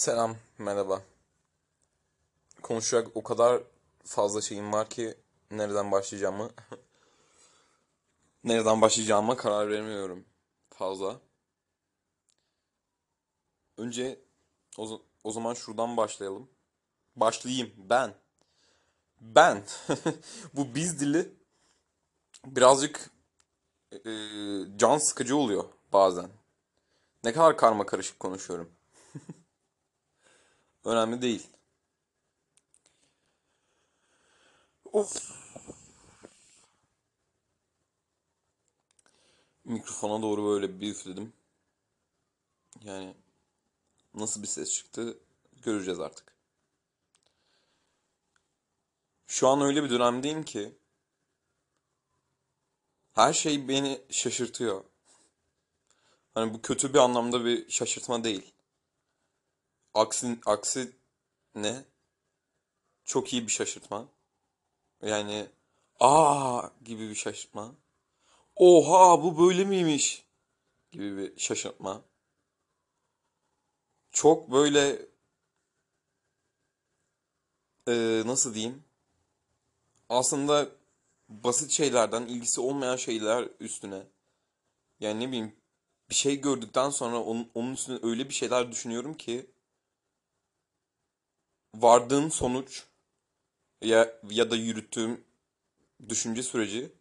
Selam, merhaba. Konuşacak o kadar fazla şeyim var ki nereden başlayacağımı nereden başlayacağıma karar veremiyorum fazla. Önce o zaman şuradan başlayalım. Başlayayım ben. Ben. Bu biz dili birazcık e, can sıkıcı oluyor bazen. Ne kadar karma karışık konuşuyorum. Önemli değil. Of. Mikrofona doğru böyle bir üfledim. Yani nasıl bir ses çıktı göreceğiz artık. Şu an öyle bir dönemdeyim ki her şey beni şaşırtıyor. Hani bu kötü bir anlamda bir şaşırtma değil. Aksi ne? Çok iyi bir şaşırtma. Yani gibi bir şaşırtma. Oha bu böyle miymiş gibi bir şaşırtma. Çok böyle nasıl diyeyim? Aslında basit şeylerden ilgisi olmayan şeyler üstüne. Yani ne bileyim bir şey gördükten sonra onun üstüne öyle bir şeyler düşünüyorum ki vardığım sonuç ya da yürüttüğüm düşünce süreci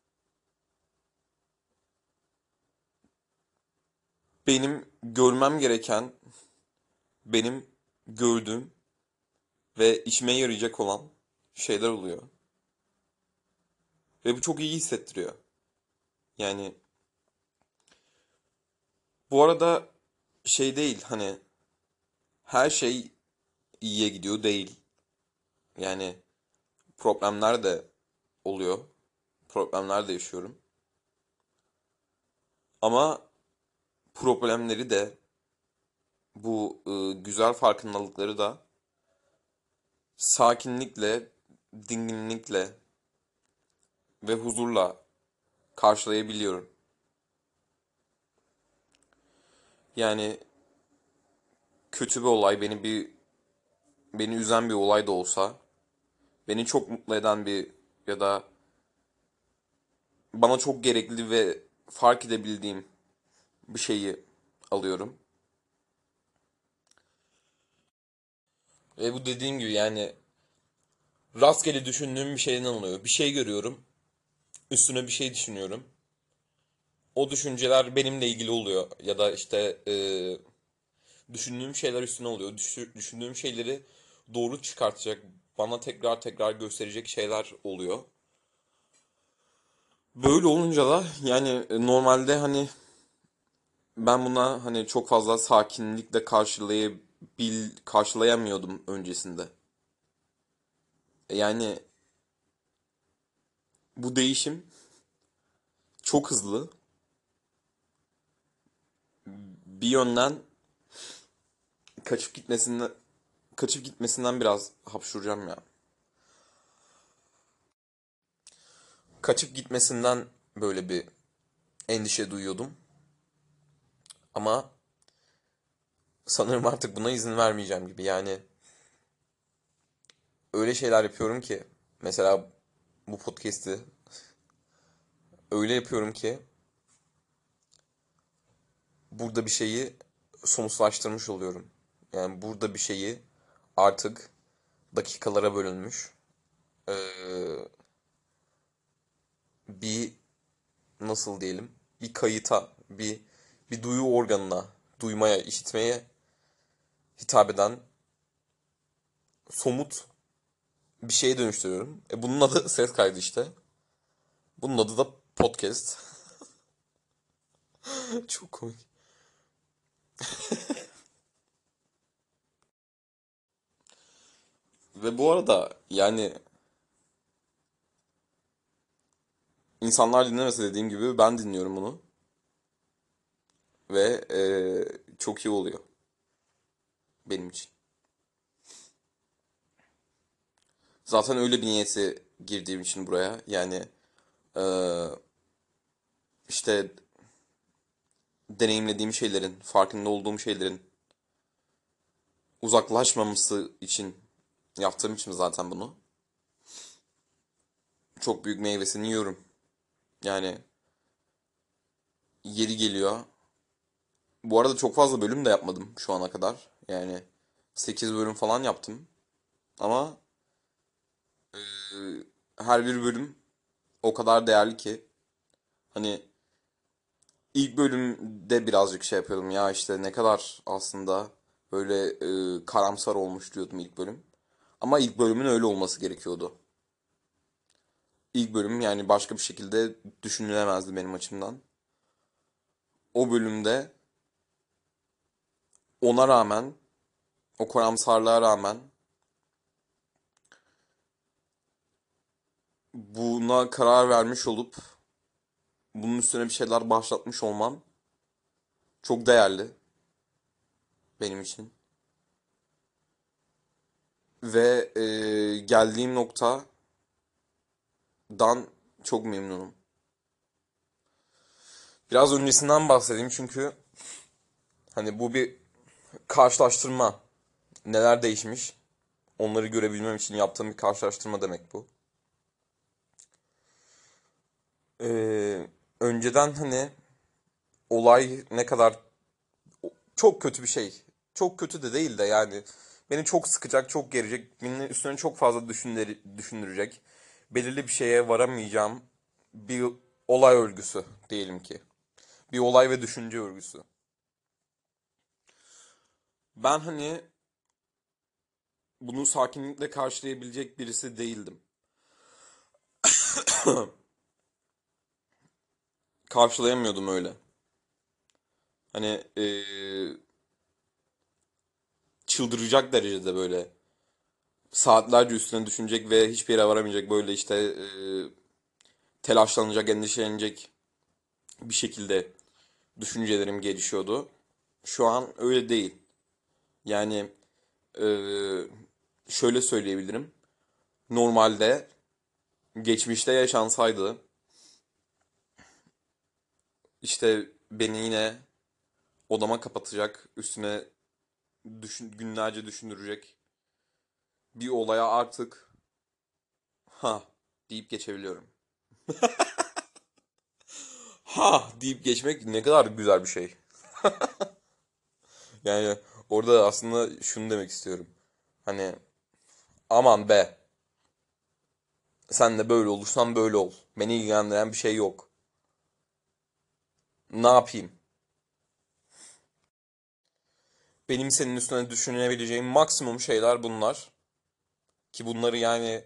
benim görmem gereken, benim gördüğüm ve işime yarayacak olan şeyler oluyor. Ve bu çok iyi hissettiriyor. Yani bu arada şey değil hani her şey iyiye gidiyor değil. Yani problemler de oluyor. Problemler de yaşıyorum. Ama problemleri de bu güzel farkındalıkları da sakinlikle, dinginlikle ve huzurla karşılayabiliyorum. Yani kötü bir olay beni üzen bir olay da olsa, beni çok mutlu eden bir ya da bana çok gerekli ve fark edebildiğim bir şeyi alıyorum. Ve bu dediğim gibi yani rastgele düşündüğüm bir şeyden oluyor. Bir şey görüyorum, üstüne bir şey düşünüyorum. O düşünceler benimle ilgili oluyor ya da işte düşündüğüm şeyler üstüne oluyor. Düşündüğüm şeyleri doğru çıkartacak, bana tekrar tekrar gösterecek şeyler oluyor. Böyle olunca da yani normalde hani ben buna hani çok fazla sakinlikle karşılayamıyordum öncesinde. Yani bu değişim çok hızlı. Bir yönden kaçıp gitmesinden kaçıp gitmesinden biraz hapşuracağım ya. Kaçıp gitmesinden böyle bir endişe duyuyordum. Ama sanırım artık buna izin vermeyeceğim gibi. Yani öyle şeyler yapıyorum ki mesela bu podcast'i öyle yapıyorum ki burada bir şeyi somutlaştırmış oluyorum. Yani burada bir şeyi artık dakikalara bölünmüş ee, bir nasıl diyelim bir kayıta bir duyu organına duymaya işitmeye hitap eden somut bir şeye dönüştürüyorum. Bunun adı ses kaydı işte. Bunun adı da podcast. Çok komik. Ve bu arada yani insanlar dinlemese dediğim gibi ben dinliyorum bunu ve çok iyi oluyor benim için. Zaten öyle bir niyeti girdiğim için buraya yani eee, işte deneyimlediğim şeylerin, farkında olduğum şeylerin uzaklaşmaması için yaptığım için zaten bunu. Çok büyük meyvesini yiyorum. Yani yeri geliyor. Bu arada çok fazla bölüm de yapmadım şu ana kadar. Yani 8 bölüm falan yaptım. Ama her bir bölüm o kadar değerli ki. Hani ilk bölümde birazcık şey yapıyordum ya işte ne kadar aslında böyle karamsar olmuş diyordum ilk bölüm. Ama ilk bölümün öyle olması gerekiyordu. İlk bölüm yani başka bir şekilde düşünülemezdi benim açımdan. O bölümde ona rağmen, o karamsarlığa rağmen buna karar vermiş olup bunun üstüne bir şeyler başlatmış olmam çok değerli benim için. Ve geldiğim noktadan çok memnunum. Biraz öncesinden bahsedeyim çünkü hani bu bir karşılaştırma. Neler değişmiş? Onları görebilmem için yaptığım bir karşılaştırma demek bu. Önceden hani olay ne kadar çok kötü bir şey. Çok kötü de değil de yani beni çok sıkacak, çok gerecek, beni üstüne çok fazla düşündürecek, belirli bir şeye varamayacağım bir olay örgüsü diyelim ki. Bir olay ve düşünce örgüsü. Ben hani bunu sakinlikle karşılayabilecek birisi değildim. Karşılayamıyordum öyle. Hani çıldıracak derecede böyle saatlerce üstüne düşünecek ve hiçbir yere varamayacak böyle işte telaşlanacak, endişelenecek bir şekilde düşüncelerim gelişiyordu. Şu an öyle değil. Yani eee, şöyle söyleyebilirim. Normalde geçmişte yaşansaydı işte beni yine odama kapatacak, üstüne günlerce düşündürecek bir olaya artık ha deyip geçebiliyorum. Ha deyip geçmek ne kadar güzel bir şey. Yani orada aslında şunu demek istiyorum. Hani aman be sen de böyle olursan böyle ol. Beni ilgilendiren bir şey yok. Ne yapayım? Benim senin üstüne düşünebileceğim maksimum şeyler bunlar. Ki bunları yani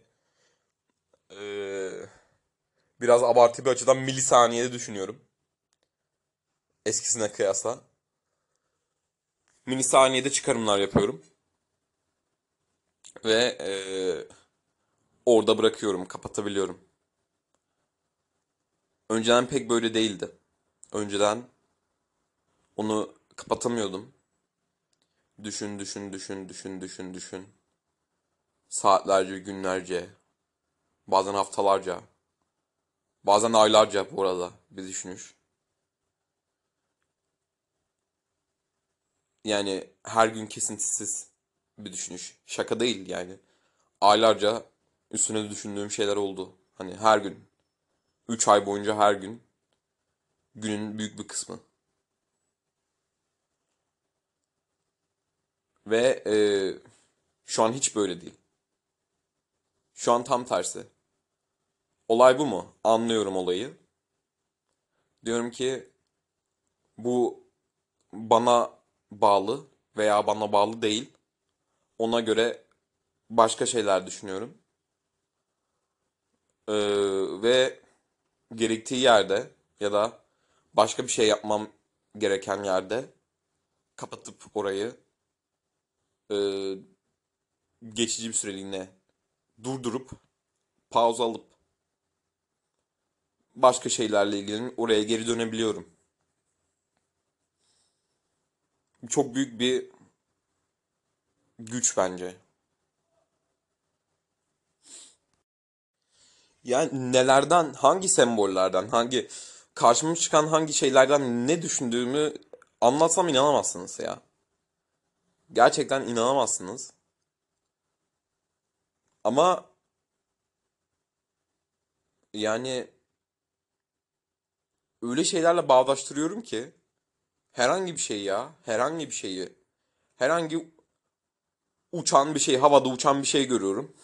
eee, biraz abartı bir açıdan milisaniyede düşünüyorum. Eskisine kıyasla. Milisaniyede çıkarımlar yapıyorum. Ve orada bırakıyorum, kapatabiliyorum. Önceden pek böyle değildi. Önceden onu kapatamıyordum. Düşün, düşün, düşün, düşün, düşün, düşün. Saatlerce, günlerce, bazen haftalarca, bazen aylarca bu arada bir düşünüş. Yani her gün kesintisiz bir düşünüş. Şaka değil yani. Aylarca üstüne düşündüğüm şeyler oldu. Hani her gün. 3 ay boyunca her gün. Günün büyük bir kısmı. Ve şu an hiç böyle değil. Şu an tam tersi. Olay bu mu? Anlıyorum olayı. Diyorum ki bu bana bağlı veya bana bağlı değil. Ona göre başka şeyler düşünüyorum. Ve gerektiği yerde ya da başka bir şey yapmam gereken yerde kapatıp orayı e, geçici bir süreliğine durdurup pauza alıp başka şeylerle ilgilenip oraya geri dönebiliyorum. Çok büyük bir güç bence. Yani nelerden, hangi sembollerden, hangi karşıma çıkan hangi şeylerden ne düşündüğümü anlatsam inanamazsınız ya. Gerçekten inanamazsınız. Ama yani öyle şeylerle bağdaştırıyorum ki herhangi bir şey ya, herhangi bir şeyi, herhangi uçan bir şey, havada uçan bir şey görüyorum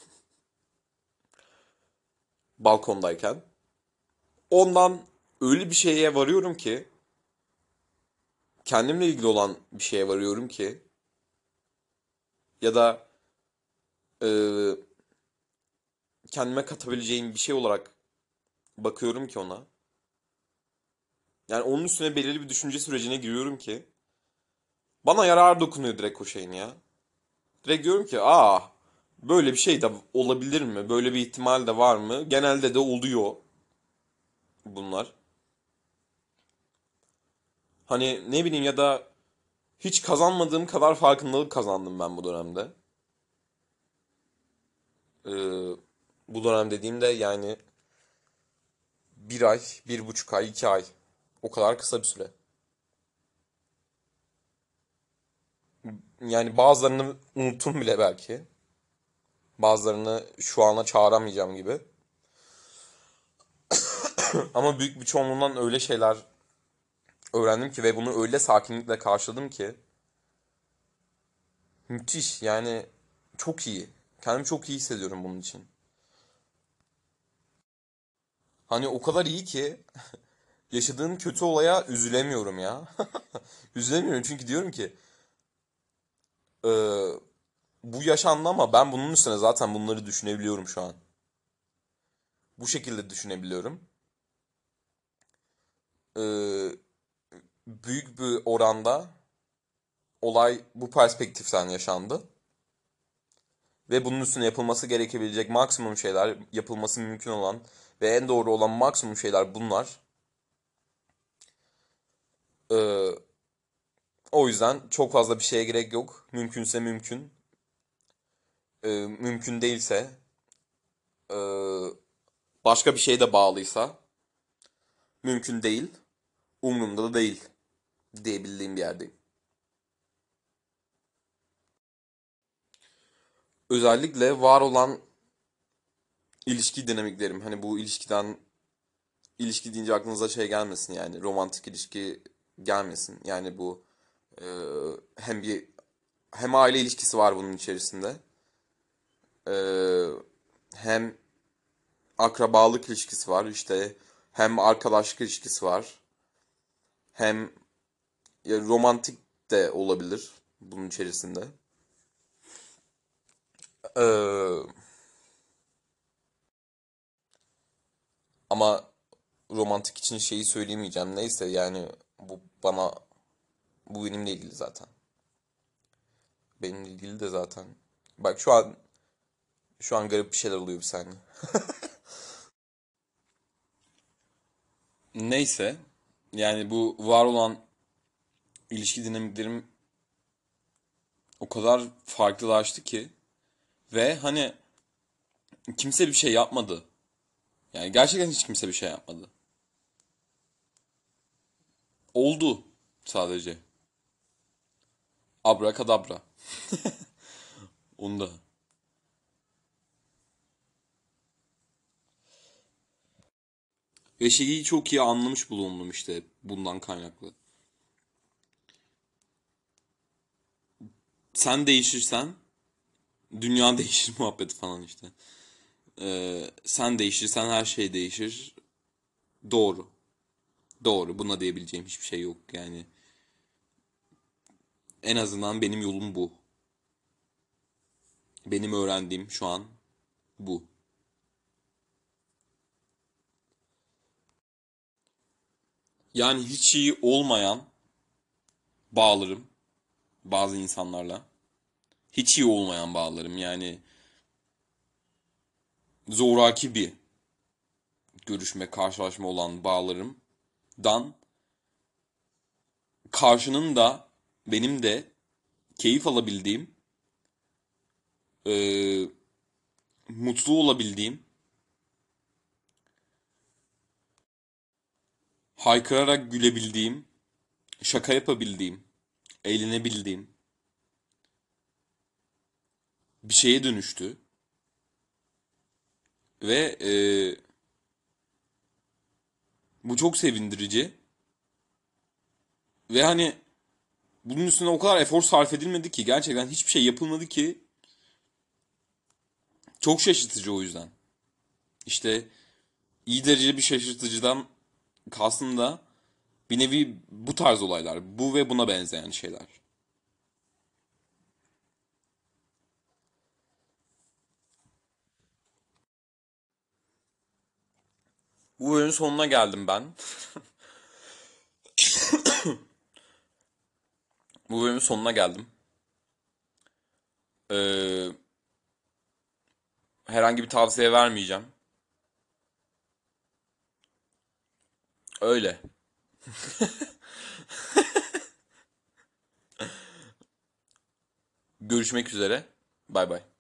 balkondayken. Ondan öyle bir şeye varıyorum ki, kendimle ilgili olan bir şeye varıyorum ki ya da e, kendime katabileceğim bir şey olarak bakıyorum ki ona. Yani onun üstüne belirli bir düşünce sürecine giriyorum ki bana yarar dokunuyor direkt o şeyin ya. Direkt diyorum ki böyle bir şey de olabilir mi? Böyle bir ihtimal de var mı? Genelde de oluyor bunlar. Hani ne bileyim ya da hiç kazanmadığım kadar farkındalık kazandım ben bu dönemde. Ee, Bu dönem dediğimde yani bir ay, 1,5 ay, 2 ay. O kadar kısa bir süre. Yani bazılarını unuttum bile belki. Bazılarını şu ana çağıramayacağım gibi. Ama büyük bir çoğunluğundan öyle şeyler öğrendim ki ve bunu öyle sakinlikle karşıladım ki müthiş yani çok iyi. Kendimi çok iyi hissediyorum bunun için. Hani o kadar iyi ki yaşadığım kötü olaya üzülemiyorum ya. Üzülemiyorum çünkü diyorum ki e, bu yaşandı ama ben bunun üstüne zaten bunları düşünebiliyorum şu an. Bu şekilde düşünebiliyorum. E, Büyük bir oranda olay bu perspektiften yaşandı. Ve bunun üstüne yapılması gerekebilecek maksimum şeyler, yapılması mümkün olan ve en doğru olan maksimum şeyler bunlar. Ee, O yüzden çok fazla bir şeye gerek yok. Mümkünse mümkün. Mümkün değilse, ee, başka bir şeye de bağlıysa mümkün değil. Umurumda da değil diyebildiğim bir yerdeyim. Özellikle var olan ilişki dinamiklerim. Hani bu ilişki deyince aklınıza şey gelmesin yani romantik ilişki gelmesin. Yani bu e, hem bir hem aile ilişkisi var bunun içerisinde. E, Hem akrabalık ilişkisi var işte hem arkadaşlık ilişkisi var. Hem ya, romantik de olabilir bunun içerisinde. E, Ama romantik için şeyi söyleyemeyeceğim. Neyse yani bu benimle ilgili zaten. Benimle ilgili de zaten. Bak şu an garip bir şeyler oluyor bir saniye. Neyse yani bu var olan ilişki dinamiklerim o kadar farklılaştı ki ve hani kimse bir şey yapmadı. Yani gerçekten hiç kimse bir şey yapmadı. Oldu sadece. Abrakadabra. Onda. Ve şeyi çok iyi anlamış bulundum işte bundan kaynaklı. Sen değişirsen dünya değişir muhabbeti falan işte. Sen değişirsen her şey değişir. Doğru. Doğru. Buna diyebileceğim hiçbir şey yok yani. En azından benim yolum bu. Benim öğrendiğim şu an bu. Yani hiç iyi olmayan bağlarım bazı insanlarla. Hiç iyi olmayan bağlarım yani zoraki bir görüşme, karşılaşma olan bağlarımdan karşının da benim de keyif alabildiğim, e, mutlu olabildiğim, haykırarak gülebildiğim, şaka yapabildiğim, eğlenebildiğim, bir şeye dönüştü ve bu çok sevindirici ve hani bunun üstüne o kadar efor sarf edilmedi ki, gerçekten hiçbir şey yapılmadı ki, çok şaşırtıcı o yüzden. İşte iyi derecede bir şaşırtıcıdan kastım da bir nevi bu tarz olaylar. Bu ve buna benzeyen şeyler. Bu bölümün sonuna geldim ben. Bu bölümün sonuna geldim. Ee, Herhangi bir tavsiye vermeyeceğim. Öyle. Görüşmek üzere. Bay bay.